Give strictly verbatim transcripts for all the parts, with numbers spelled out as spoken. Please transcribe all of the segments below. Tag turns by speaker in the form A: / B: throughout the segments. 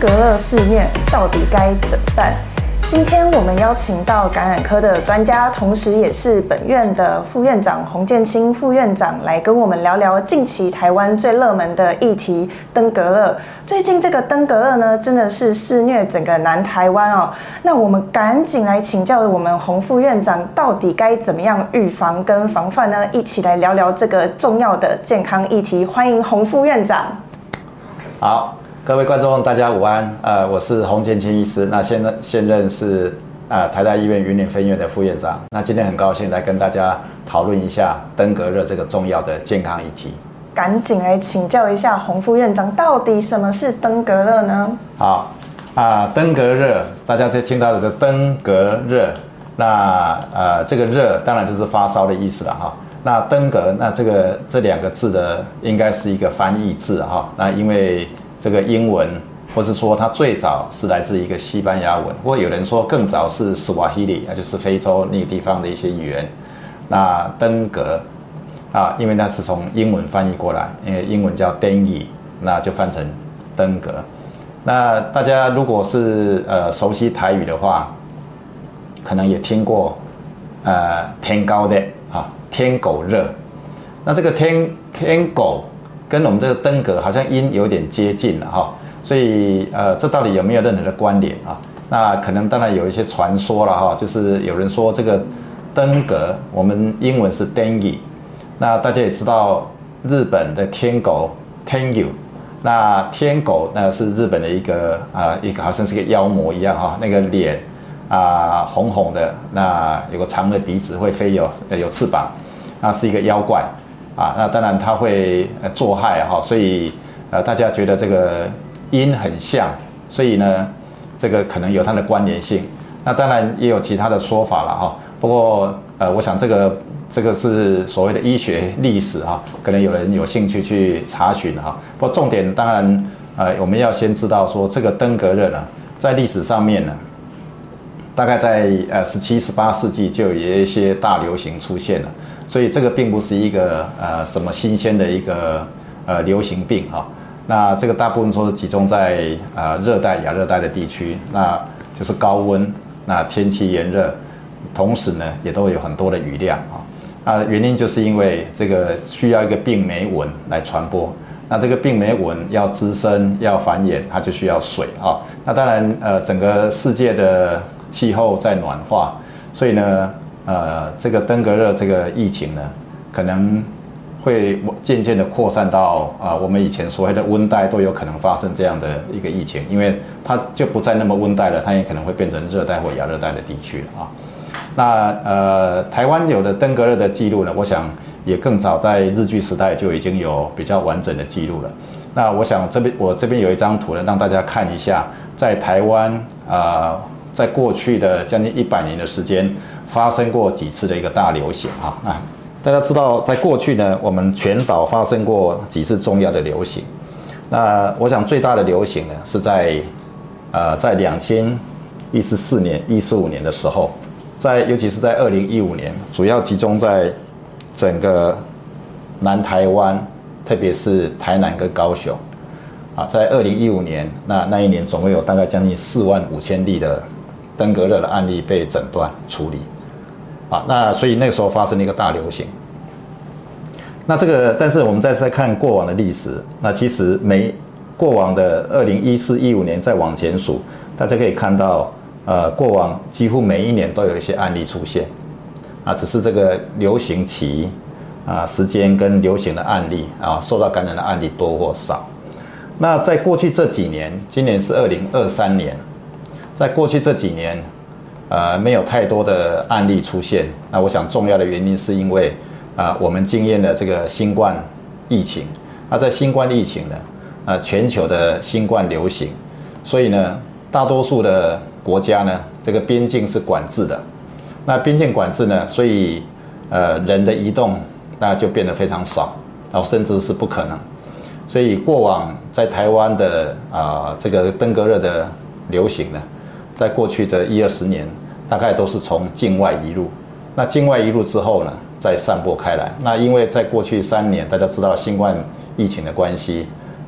A: 革热肆虐，到底该怎么办？今天我们邀请到感染科的专家，同时也是本院的副院长洪建清副院长，来跟我们聊聊近期台湾最热门的议题——登革热。最近这个登革热呢，真的是肆虐整个南台湾哦。那我们赶紧来请教我们洪副院长，到底该怎么样预防跟防范呢？一起来聊聊这个重要的健康议题。欢迎洪副院长。
B: 好。各位观众，大家午安。呃，我是洪建清医师，那现任现任是啊、呃、台大医院云林分院的副院长。那今天很高兴来跟大家讨论一下登革热这个重要的健康议题。
A: 赶紧来请教一下洪副院长，到底什么是登革热呢？
B: 好啊、呃，登革热，大家在听到的登革热，那呃这个热当然就是发烧的意思了哈。那登革，那这个这两个字的应该是一个翻译字哈。那因为这个英文，或是说它最早是来自一个西班牙文，或有人说更早是斯瓦希里，那就是非洲那个地方的一些语言。那登革啊，因为那是从英文翻译过来，因为英文叫 dengue， 那就翻成登革。那大家如果是呃熟悉台语的话，可能也听过呃天高的啊天狗热。那这个天天狗跟我们这个登革好像音有点接近了哈，所以呃，这到底有没有任何的关联啊？那可能当然有一些传说了哈，就是有人说这个登革，我们英文是 dengue， 那大家也知道日本的天狗 tengu， 那天狗那是日本的一个啊、呃、一个好像是个妖魔一样哈，那个脸啊、呃、红红的，那有个长的鼻子，会飞有有翅膀，那是一个妖怪。啊，那当然它会呃作害哈，所以呃大家觉得这个音很像，所以呢这个可能有它的关联性。那当然也有其他的说法了哈，不过呃我想这个这个是所谓的医学历史哈，可能有人有兴趣去查询哈。不过重点当然呃我们要先知道说这个登革热呢，在历史上面呢，大概在呃十七、十八世纪就有一些大流行出现了。所以这个并不是一个呃什么新鲜的一个呃流行病哈，那这个大部分都是集中在呃热带、亚热带的地区，那就是高温，那天气炎热，同时呢也都有很多的雨量啊，那原因就是因为这个需要一个病媒蚊来传播，那这个病媒蚊要滋生、要繁衍，它就需要水啊，那当然呃整个世界的气候在暖化，所以呢。呃，这个登革热这个疫情呢，可能会渐渐的扩散到啊、呃，我们以前所谓的温带都有可能发生这样的一个疫情，因为它就不再那么温带了，它也可能会变成热带或亚热带的地区了啊。那呃，台湾有的登革热的记录呢，我想也更早在日据时代就已经有比较完整的记录了。那我想这边我这边有一张图呢，让大家看一下，在台湾啊、呃，在过去的将近一百年的时间。发生过几次的一个大流行啊啊！大家知道，在过去呢，我们全岛发生过几次重要的流行。那我想最大的流行呢，是在呃在两千一十四年、一十五年的时候，在尤其是在二零一五年，主要集中在整个南台湾，特别是台南跟高雄啊。在二零一五年，那那一年总共有大概将近四万五千例的登革热的案例被诊断处理。啊，那所以那个时候发生了一个大流行。那这个，但是我们再再看过往的历史，那其实每过往的二零一四、一五年再往前数，大家可以看到，呃，过往几乎每一年都有一些案例出现，啊，只是这个流行期啊时间跟流行的案例啊受到感染的案例多或少。那在过去这几年，今年是二零二三年，在过去这几年。呃，没有太多的案例出现。那我想重要的原因是因为啊、呃，我们经验了这个新冠疫情。那在新冠疫情呢，呃，全球的新冠流行，所以呢，大多数的国家呢，这个边境是管制的。那边境管制呢，所以呃，人的移动那就变得非常少，然后甚至是不可能。所以过往在台湾的啊、呃、这个登革热的流行呢。在过去的一二十年，大概都是从境外移入。那境外移入之后呢，再散播开来。那因为在过去三年，大家知道新冠疫情的关系，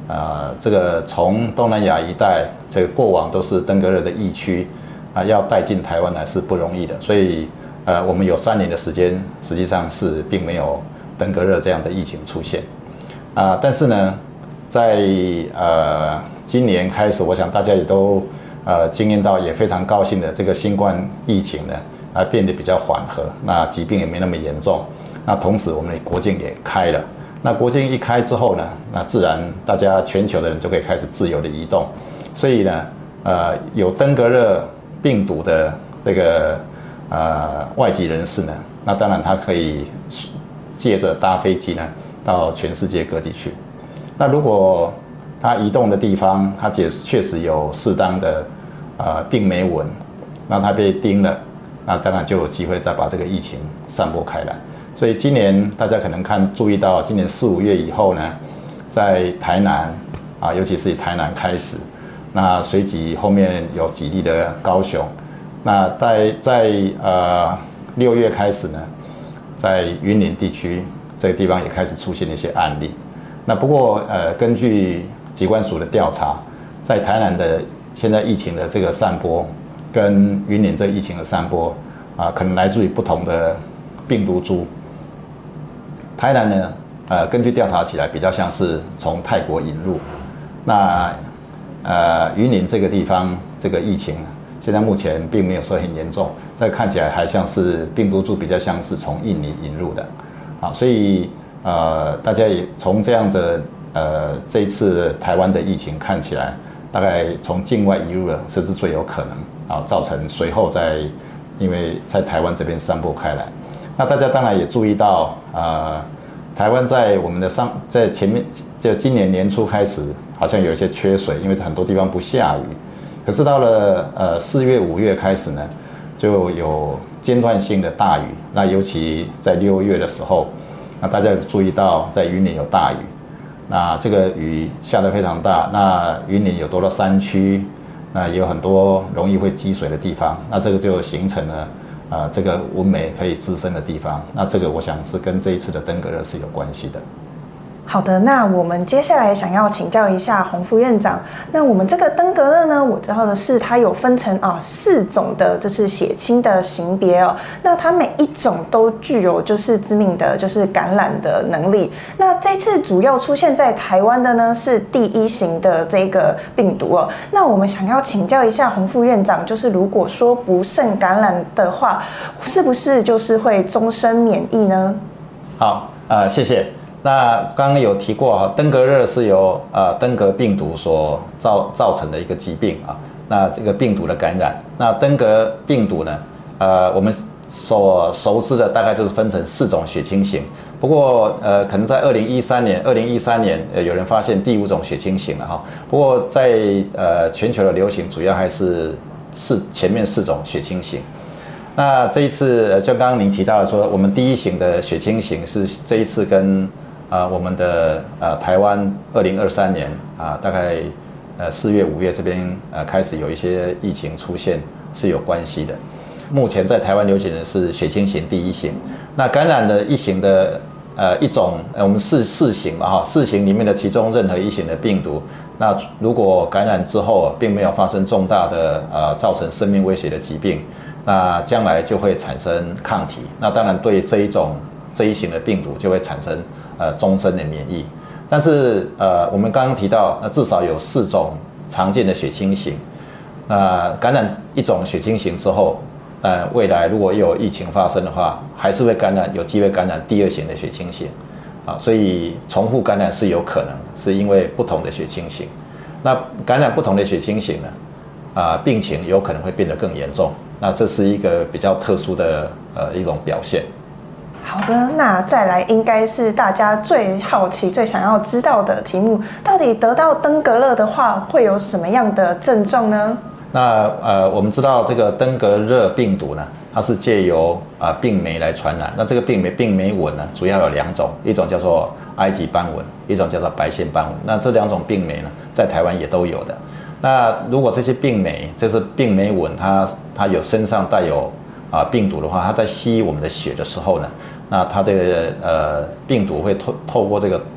B: 呃，这个从东南亚一带，这个过往都是登革热的疫区，啊、呃，要带进台湾来是不容易的。所以，呃，我们有三年的时间，实际上是并没有登革热这样的疫情出现，啊、呃，但是呢，在呃今年开始，我想大家也都呃经验到，也非常高兴的，这个新冠疫情呢，啊、呃、变得比较缓和，那疾病也没那么严重，那同时我们的国境也开了。那国境一开之后呢，那自然大家全球的人就可以开始自由的移动，所以呢，呃，有登革热病毒的这个呃外籍人士呢，那当然他可以借着搭飞机呢到全世界各地去。那如果他移动的地方，他也确实有适当的呃病媒蚊，那他被叮了，那当然就有机会再把这个疫情散播开来。所以今年大家可能看注意到，今年四五月以后呢，在台南啊，尤其是以台南开始，那随即后面有几例的高雄，那在在呃六月开始呢，在云林地区这个地方也开始出现了一些案例。那不过呃，根据疾管署的调查，在台南的现在疫情的这个散播，跟云林这疫情的散播啊，可能来自于不同的病毒株。台南呢，呃，根据调查起来比较像是从泰国引入，那呃云林这个地方这个疫情现在目前并没有说很严重，这看起来还像是病毒株比较像是从印尼引入的，好，所以呃大家也从这样的呃这一次台湾的疫情看起来，大概从境外移入了，这是最有可能啊造成随后在因为在台湾这边散播开来。那大家当然也注意到，呃，台湾在我们的上在前面，就今年年初开始，好像有一些缺水，因为很多地方不下雨。可是到了呃四月、五月开始呢，就有间断性的大雨。那尤其在六月的时候，那大家注意到在云林有大雨，那这个雨下得非常大。那云林有多了山区，那也有很多容易会积水的地方，那这个就形成了。呃，这个蚊媒可以滋生的地方，那这个我想是跟这一次的登革热是有关系的。
A: 好的，那我们接下来想要请教一下洪副院长，那我们这个登革热呢，我知道的是它有分成啊四种的，就是血清的型别哦。那它每一种都具有就是致命的，就是感染的能力。那这次主要出现在台湾的呢是第一型的这个病毒哦。那我们想要请教一下洪副院长，就是如果说不慎感染的话，是不是就是会终身免疫呢？
B: 好，呃，谢谢。那刚刚有提过，登革热是由呃登革病毒所造造成的一个疾病啊。那这个病毒的感染，那登革病毒呢，呃，我们所熟知的大概就是分成四种血清型。不过呃，可能在二零一三年，二零一三年呃有人发现第五种血清型了哈。不过在呃全球的流行主要还是是前面四种血清型。那这一次就刚刚您提到的说，我们第一型的血清型是这一次跟啊、呃，我们的呃台湾二零二三年啊、呃，大概呃四月五月这边呃开始有一些疫情出现是有关系的。目前在台湾流行的是血清型第一型，那感染的一型的呃一种，呃我们四四型嘛哈，四型里面的其中任何一型的病毒，那如果感染之后并没有发生重大的呃造成生命威胁的疾病，那将来就会产生抗体，那当然对这一种这一型的病毒就会产生呃终身的免疫。但是呃我们刚刚提到，那至少有四种常见的血清型，那感染一种血清型之后，但未来如果又有疫情发生的话，还是会感染，有机会感染第二型的血清型，啊，所以重复感染是有可能，是因为不同的血清型。那感染不同的血清型呢，啊，病情有可能会变得更严重。那这是一个比较特殊的呃一种表现。
A: 好的，那再来应该是大家最好奇、最想要知道的题目，到底得到登革热的话，会有什么样的症状呢？
B: 那呃，我们知道这个登革热病毒呢，它是借由啊、呃、病媒来传染。那这个病媒病媒蚊呢，主要有两种，一种叫做埃及斑蚊，一种叫做白线斑蚊。那这两种病媒呢，在台湾也都有的。那如果这些病媒，这是病媒蚊，它它有身上带有啊、呃、病毒的话，它在吸我们的血的时候呢，那它这个呃病毒会透透过这个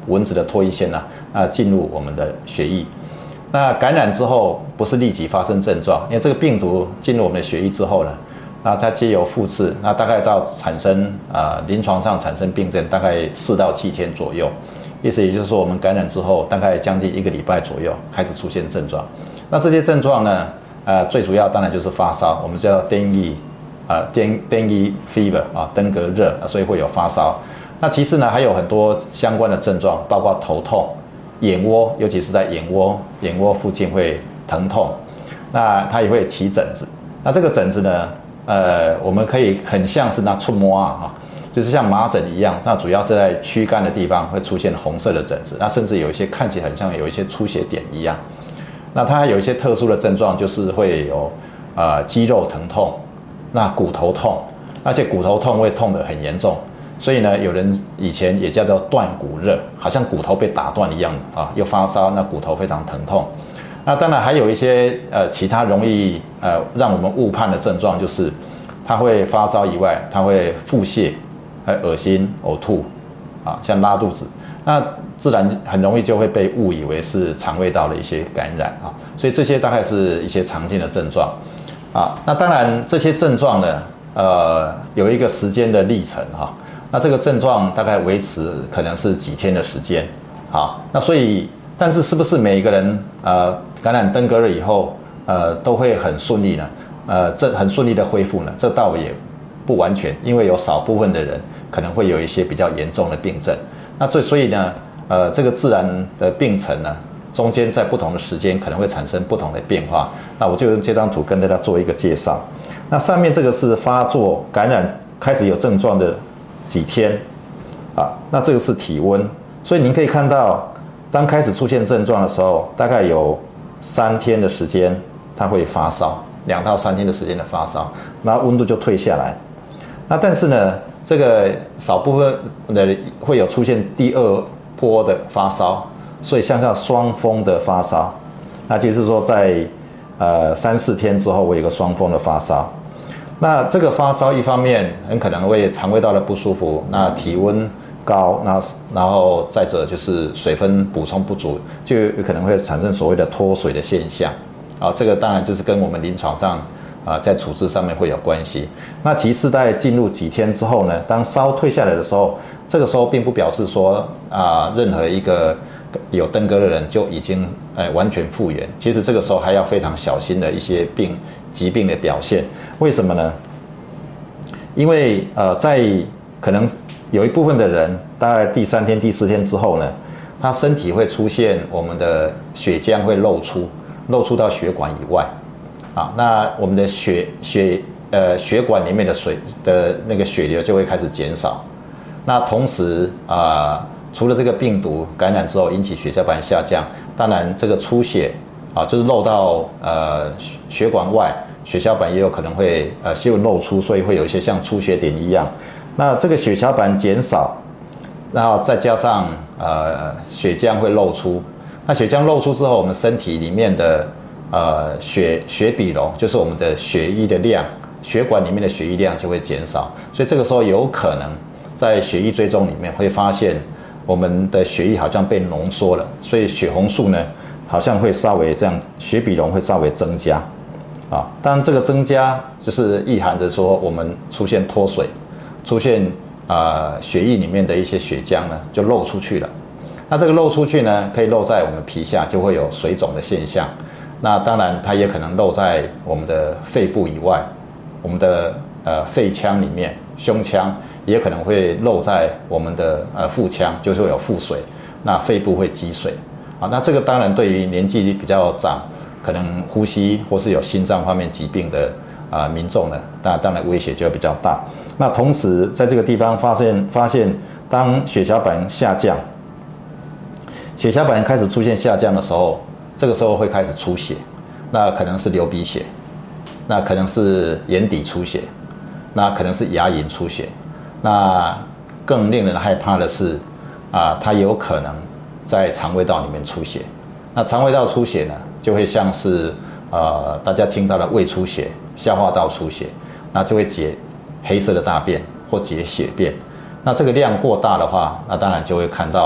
B: 蚊子的唾液腺呢，啊进入我们的血液。那感染之后不是立即发生症状，因为这个病毒进入我们的血液之后呢，那它藉由复制，那大概到产生啊、呃、临床上产生病症大概四到七天左右，意思也就是说我们感染之后大概将近一个礼拜左右开始出现症状。那这些症状呢，呃最主要当然就是发烧，我们叫dengue啊 dengue fever 啊登革热，所以会有发烧。那其次呢还有很多相关的症状，包括头痛。眼窝，尤其是在眼窝、眼窝附近会疼痛，那它也会起疹子。那这个疹子呢，呃，我们可以很像是那触摸啊，哈，就是像麻疹一样，那主要是在躯干的地方会出现红色的疹子，那甚至有一些看起来很像有一些出血点一样。那它还有一些特殊的症状，就是会有呃肌肉疼痛，那骨头痛，而且骨头痛会痛得很严重。所以呢，有人以前也叫做断骨热，好像骨头被打断一样啊，又发烧，那骨头非常疼痛。那当然还有一些呃其他容易呃让我们误判的症状，就是它会发烧以外，它会腹泻、还恶心、呕吐啊，像拉肚子，那自然很容易就会被误以为是肠胃道的一些感染啊。所以这些大概是一些常见的症状啊。那当然这些症状呢，呃有一个时间的历程哈。那这个症状大概维持可能是几天的时间，好，那所以，但是是不是每一个人呃感染登革热以后，呃都会很顺利呢？呃，这很顺利的恢复呢？这倒也不完全，因为有少部分的人可能会有一些比较严重的病症。那所以所以呢，呃，这个自然的病程呢，中间在不同的时间可能会产生不同的变化。那我就用这张图跟大家做一个介绍。那上面这个是发作感染开始有症状的几天啊，那这个是体温，所以您可以看到，当开始出现症状的时候，大概有三天的时间，它会发烧，两到三天的时间的发烧，然后温度就退下来。那但是呢，这个少部分的人会有出现第二波的发烧，所以像像双峰的发烧，那就是说在呃三四天之后，我有一个双峰的发烧。那这个发烧一方面很可能会肠胃道的不舒服，那体温高，那然后再者就是水分补充不足，就有可能会产生所谓的脱水的现象啊。这个当然就是跟我们临床上啊在处置上面会有关系。那其次在进入几天之后呢，当烧退下来的时候，这个时候并不表示说啊任何一个有登革热的人就已经呃完全复原，其实这个时候还要非常小心的一些病疾病的表现。为什么呢？因为呃在可能有一部分的人大概第三天第四天之后呢，他身体会出现我们的血浆会漏出漏出到血管以外啊，那我们的血血呃血管里面的水的那个血流就会开始减少。那同时啊、呃除了这个病毒感染之后引起血小板下降，当然这个出血啊，就是漏到呃血管外，血小板也有可能会呃细纹漏出，所以会有一些像出血点一样。那这个血小板减少，然后再加上呃血浆会漏出，那血浆漏出之后，我们身体里面的呃血血比容，就是我们的血液的量，血管里面的血液量就会减少，所以这个时候有可能在血液追踪里面会发现。我们的血液好像被浓缩了，所以血红素呢，好像会稍微这样，血比容会稍微增加，啊，当然这个增加就是意含着说我们出现脱水，出现啊、呃、血液里面的一些血浆呢就漏出去了，那这个漏出去呢，可以漏在我们皮下，就会有水肿的现象，那当然它也可能漏在我们的肺部以外，我们的呃肺腔里面、胸腔。也可能会漏在我们的呃腹腔，就是会有腹水，那肺部会积水，啊，那这个当然对于年纪比较长，可能呼吸或是有心脏方面疾病的啊、呃、民众呢，那当然威胁就会比较大。那同时在这个地方发现发现，当血小板下降，血小板开始出现下降的时候，这个时候会开始出血，那可能是流鼻血，那可能是眼底出血，那可能是牙龈出血。那更令人害怕的是，啊，它有可能在肠胃道里面出血。那肠胃道出血呢，就会像是呃大家听到的胃出血、消化道出血，那就会结黑色的大便或结血便。那这个量过大的话，那当然就会看到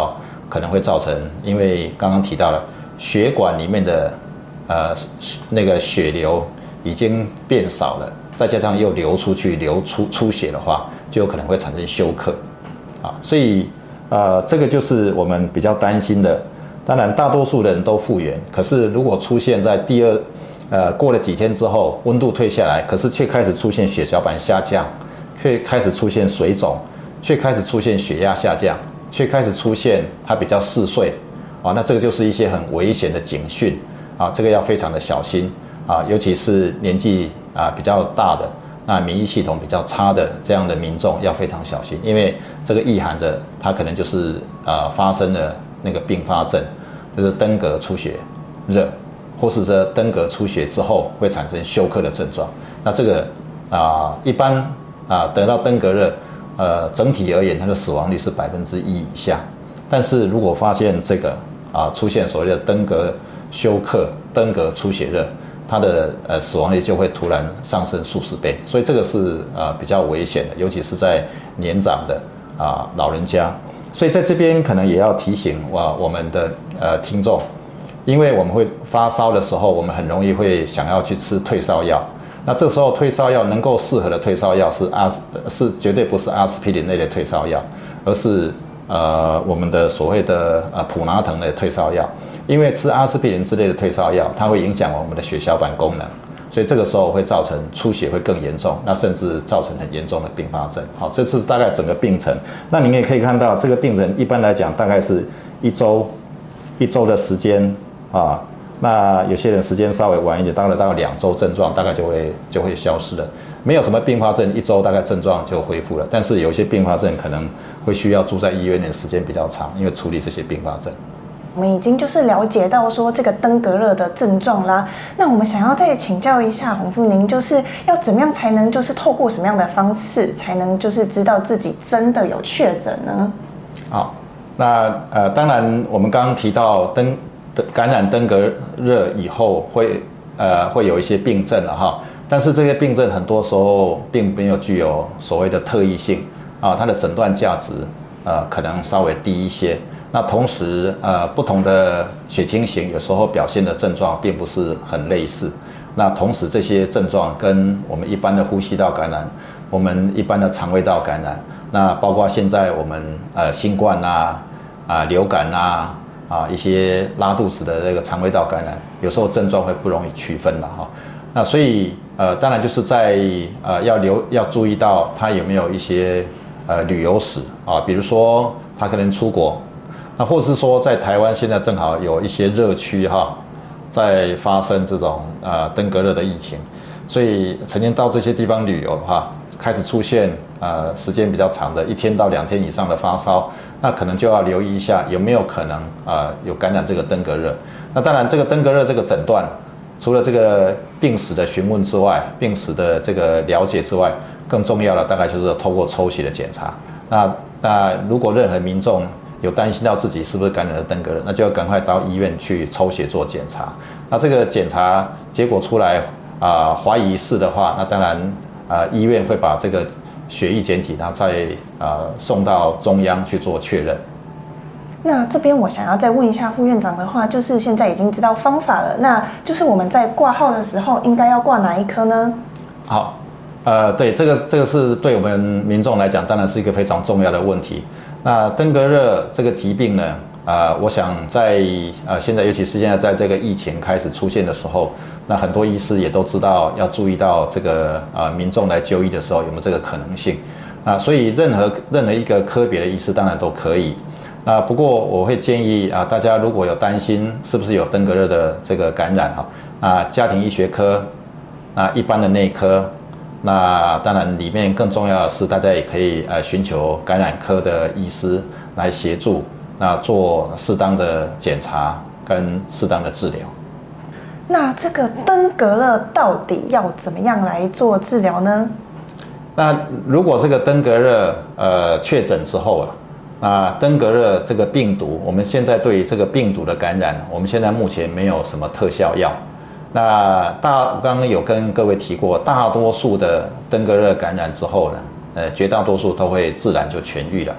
B: 可能会造成，因为刚刚提到了血管里面的呃那个血流已经变少了，再加上又流出去流出出血的话，就有可能会产生休克啊。所以呃这个就是我们比较担心的。当然大多数的人都复原，可是如果出现在第二呃过了几天之后温度退下来，可是却开始出现血小板下降，却开始出现水肿，却开始出现血压下降，却开始出现它比较嗜睡啊，那这个就是一些很危险的警讯啊，这个要非常的小心啊，尤其是年纪啊比较大的，那免疫系统比较差的这样的民众要非常小心，因为这个意含着它可能就是呃发生了那个并发症，就是登革出血热，或是这登革出血之后会产生休克的症状。那这个啊、呃、一般啊、呃、得到登革热，呃整体而言它的死亡率是百分之一以下，但是如果发现这个啊、呃、出现所谓的登革休克、登革出血热，它的呃死亡率就会突然上升数十倍，所以这个是呃比较危险的，尤其是在年长的啊、呃、老人家。所以在这边可能也要提醒我我们的呃听众，因为我们会发烧的时候，我们很容易会想要去吃退烧药。那这时候退烧药能够适合的退烧药是阿是绝对不是阿司匹林类的退烧药，而是呃我们的所谓的呃普拿疼的退烧药。因为吃阿司匹林之类的退烧药，它会影响我们的血小板功能。所以这个时候会造成出血会更严重，那甚至造成很严重的并发症。好，这是大概整个病程。那您也可以看到，这个病程一般来讲大概是一周一周的时间啊。那有些人时间稍微晚一点，大概大概两周症状大概就会就会消失了。没有什么并发症，一周大概症状就恢复了。但是有一些并发症可能会需要住在医院的时间比较长，因为处理这些并发症。
A: 我们已经就是了解到说这个登革热的症状啦，那我们想要再请教一下洪副，您就是要怎么样才能就是透过什么样的方式才能就是知道自己真的有确诊呢？
B: 好，那呃当然我们刚刚提到登感染登革热以后会呃会有一些病症了哈，但是这些病症很多时候并没有具有所谓的特异性啊，它的诊断价值呃可能稍微低一些。那同时，呃，不同的血清型有时候表现的症状并不是很类似。那同时，这些症状跟我们一般的呼吸道感染、我们一般的肠胃道感染，那包括现在我们呃新冠啊、啊流感啊、啊一些拉肚子的这个肠胃道感染，有时候症状会不容易区分了哈。那所以呃，当然就是在呃要留要注意到他有没有一些呃旅游史啊，比如说他可能出国。那或是说，在台湾现在正好有一些热区哈，在发生这种呃登革热的疫情，所以曾经到这些地方旅游的话，开始出现呃时间比较长的一天到两天以上的发烧，那可能就要留意一下有没有可能呃有感染这个登革热。那当然，这个登革热这个诊断，除了这个病史的询问之外，病史的这个了解之外，更重要的大概就是透过抽血的检查。那那如果任何民众有担心到自己是不是感染了登革热，那就要赶快到医院去抽血做检查。那这个检查结果出来啊、呃，怀疑是的话，那当然啊、呃，医院会把这个血液检体，然后再啊、呃、送到中央去做确认。
A: 那这边我想要再问一下副院长的话，就是现在已经知道方法了，那就是我们在挂号的时候应该要挂哪一科呢？好，
B: 呃，对，这个这个是对我们民众来讲，当然是一个非常重要的问题。那登革热这个疾病呢，啊、呃，我想在呃现在，尤其是现在在这个疫情开始出现的时候，那很多医师也都知道要注意到这个呃民众来就医的时候有没有这个可能性啊、呃，所以任何任何一个科别的医师当然都可以。那不过我会建议啊、呃，大家如果有担心是不是有登革热的这个感染哈，啊，家庭医学科，那一般的内科。那当然，里面更重要的是，大家也可以呃寻求感染科的医师来协助，那做适当的检查跟适当的治疗。
A: 那这个登革热到底要怎么样来做治疗呢？
B: 那如果这个登革热呃确诊之后啊，那登革热这个病毒，我们现在对于这个病毒的感染，我们现在目前没有什么特效药。那大我刚刚有跟各位提过，大多数的登革热感染之后呢，呃，绝大多数都会自然就痊愈了。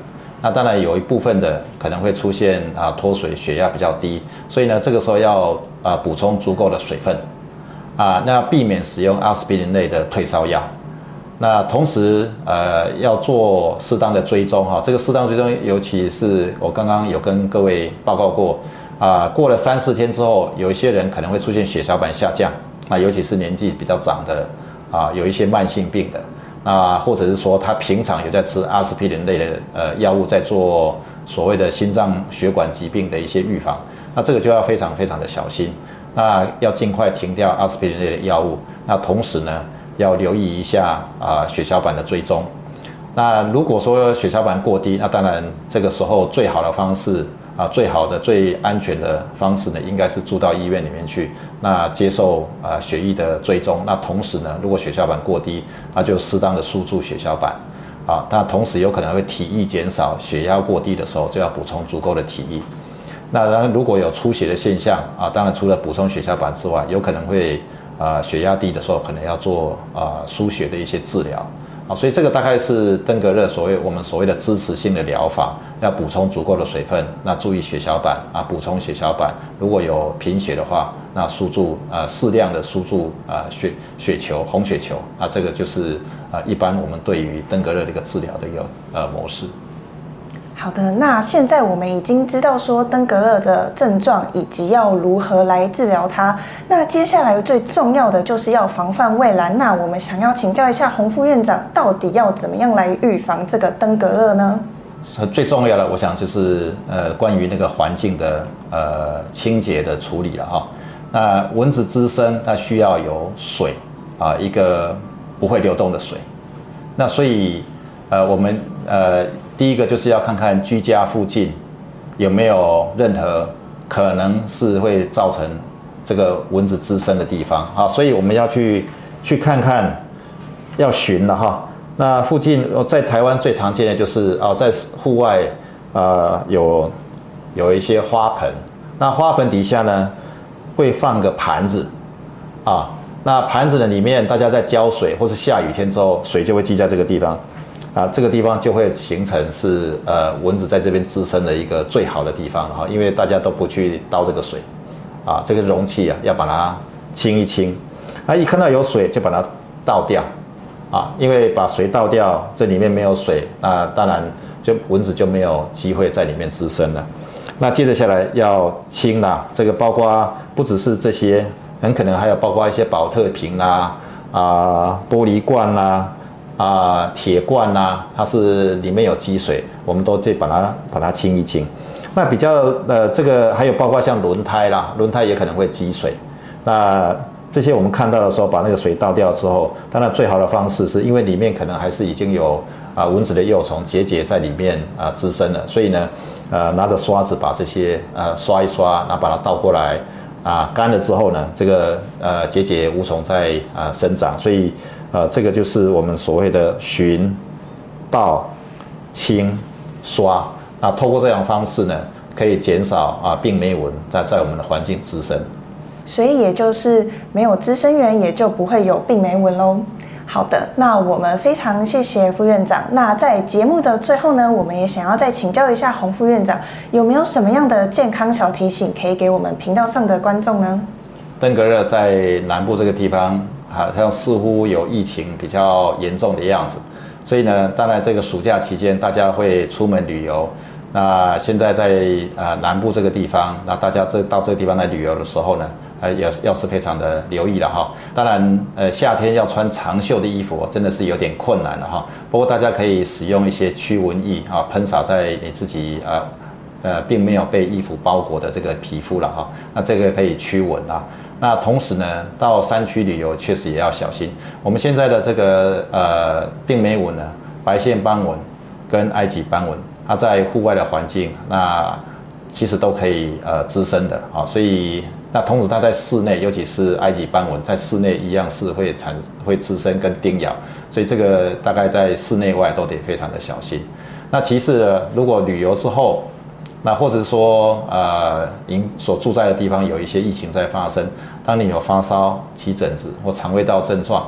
B: 那当然有一部分的可能会出现啊脱水，血压比较低，所以呢这个时候要啊补充足够的水分啊，那避免使用阿司匹林类的退烧药。那同时呃要做适当的追踪哈，这个适当追踪尤其是我刚刚有跟各位报告过啊，过了三四天之后，有一些人可能会出现血小板下降，那尤其是年纪比较长的啊，有一些慢性病的。那或者是说他平常有在吃阿司匹林类的呃药物，在做所谓的心脏血管疾病的一些预防，那这个就要非常非常的小心。那要尽快停掉阿司匹林类的药物。那同时呢，要留意一下啊、呃、血小板的追踪。那如果说血小板过低，那当然这个时候最好的方式啊，最好的最安全的方式呢，应该是住到医院里面去，那接受啊血液的追踪。那同时呢，如果血小板过低，那就适当的输注血小板啊。那同时有可能会体液减少，血压过低的时候就要补充足够的体液。那当然如果有出血的现象啊，当然除了补充血小板之外，有可能会啊血压低的时候，可能要做啊输血的一些治疗。啊，所以这个大概是登革热所谓我们所谓的支持性的疗法，要补充足够的水分，那注意血小板啊，补充血小板。如果有贫血的话，那输注呃适量的输注啊血血球红血球，那这个就是啊一般我们对于登革热的一个治疗的一个呃模式。
A: 好的，那现在我们已经知道说登革热的症状以及要如何来治疗它。那接下来最重要的就是要防范未然。那我们想要请教一下洪副院长，到底要怎么样来预防这个登革热呢？
B: 最重要的，我想就是呃关于那个环境的呃清洁的处理了哈。那蚊子滋生，它需要有水啊，一个不会流动的水。那所以呃我们呃。第一个就是要看看居家附近有没有任何可能是会造成这个蚊子滋生的地方啊，所以我们要去去看看，要巡了哈。那附近在台湾最常见的就是啊，在户外啊有有一些花盆，那花盆底下呢会放个盘子啊，那盘子的里面大家在浇水或是下雨天之后，水就会积在这个地方。啊，这个地方就会形成是呃蚊子在这边滋生的一个最好的地方了哈，因为大家都不去倒这个水，啊，这个容器啊要把它清一清，啊，一看到有水就把它倒掉，啊，因为把水倒掉，这里面没有水，那当然就蚊子就没有机会在里面滋生了。那接着下来要清啦，这个包括不只是这些，很可能还有包括一些保特瓶啦、啊玻璃罐啦。啊，铁罐啦，它是里面有积水，我们都得把它把它清一清。那比较呃，这个还有包括像轮胎啦，轮胎也可能会积水。那这些我们看到的时候，把那个水倒掉之后，当然最好的方式是因为里面可能还是已经有啊蚊子的幼虫结节在里面啊滋生了，所以呢，呃拿着刷子把这些呃刷一刷，然后把它倒过来啊，干了之后呢，这个呃结节无从再啊生长，所以。呃，这个就是我们所谓的巡、倒、清、刷。那透过这样的方式呢，可以减少啊病媒蚊在在我们的环境滋生。
A: 所以也就是没有滋生源，也就不会有病媒蚊喽。好的，那我们非常谢谢副院长。那在节目的最后呢，我们也想要再请教一下洪副院长，有没有什么样的健康小提醒可以给我们频道上的观众呢？
B: 登革热在南部这个地方。好像似乎有疫情比较严重的样子，所以呢，当然这个暑假期间大家会出门旅游。那现在在呃南部这个地方，那大家这到这个地方来旅游的时候呢，呃要要是非常的留意了哈。当然，呃夏天要穿长袖的衣服真的是有点困难了哈。不过大家可以使用一些驱蚊液啊，喷洒在你自己呃呃并没有被衣服包裹的这个皮肤了哈。那这个可以驱蚊啊。那同时呢，到山区旅游确实也要小心。我们现在的这个呃病媒蚊呢，白线斑蚊跟埃及斑蚊，它在户外的环境，那其实都可以呃滋生的啊。所以那同时它在室内，尤其是埃及斑蚊，在室内一样是会产会滋生跟叮咬，所以这个大概在室内外都得非常的小心。那其次呢，如果旅游之后，那或者说，呃，您所住在的地方有一些疫情在发生，当你有发烧、起疹子或肠胃道症状，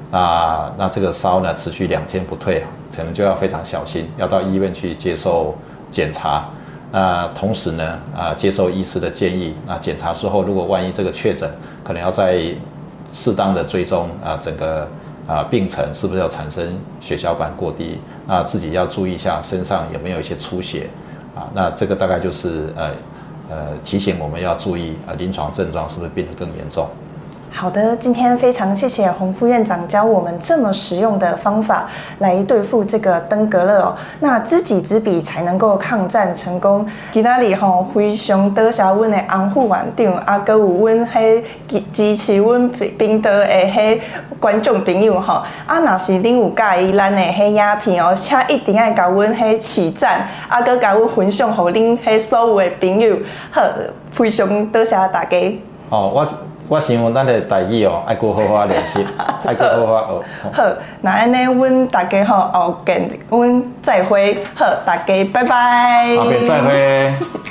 B: 啊，那这个烧呢持续两天不退，可能就要非常小心，要到医院去接受检查。那同时呢，啊，接受医师的建议。那检查之后，如果万一这个确诊，可能要在适当的追踪啊，整个啊病程是不是要产生血小板过低？那自己要注意一下身上有没有一些出血啊。那这个大概就是呃呃提醒我们要注意啊，临床症状是不是变得更严重。
A: 好的，今天非常谢谢洪副院长教我们这么实用的方法来对付这个登革热哦。那知己知彼才能够抗战成功。今仔日吼非常多谢阮的洪副院长，啊，搁有阮迄支持阮频道的迄观众朋友吼。啊，若是恁有介意咱的迄影片哦，请一定要甲阮迄起赞，啊，搁甲阮分享，互恁迄所有的朋友。好，非常多谢大家。
B: 哦，我。我想咱的台语哦，爱搁好好练习，爱搁好好学。
A: 好，那安尼，阮大家吼后见，阮再会。好，大家拜拜。
B: 后面再会。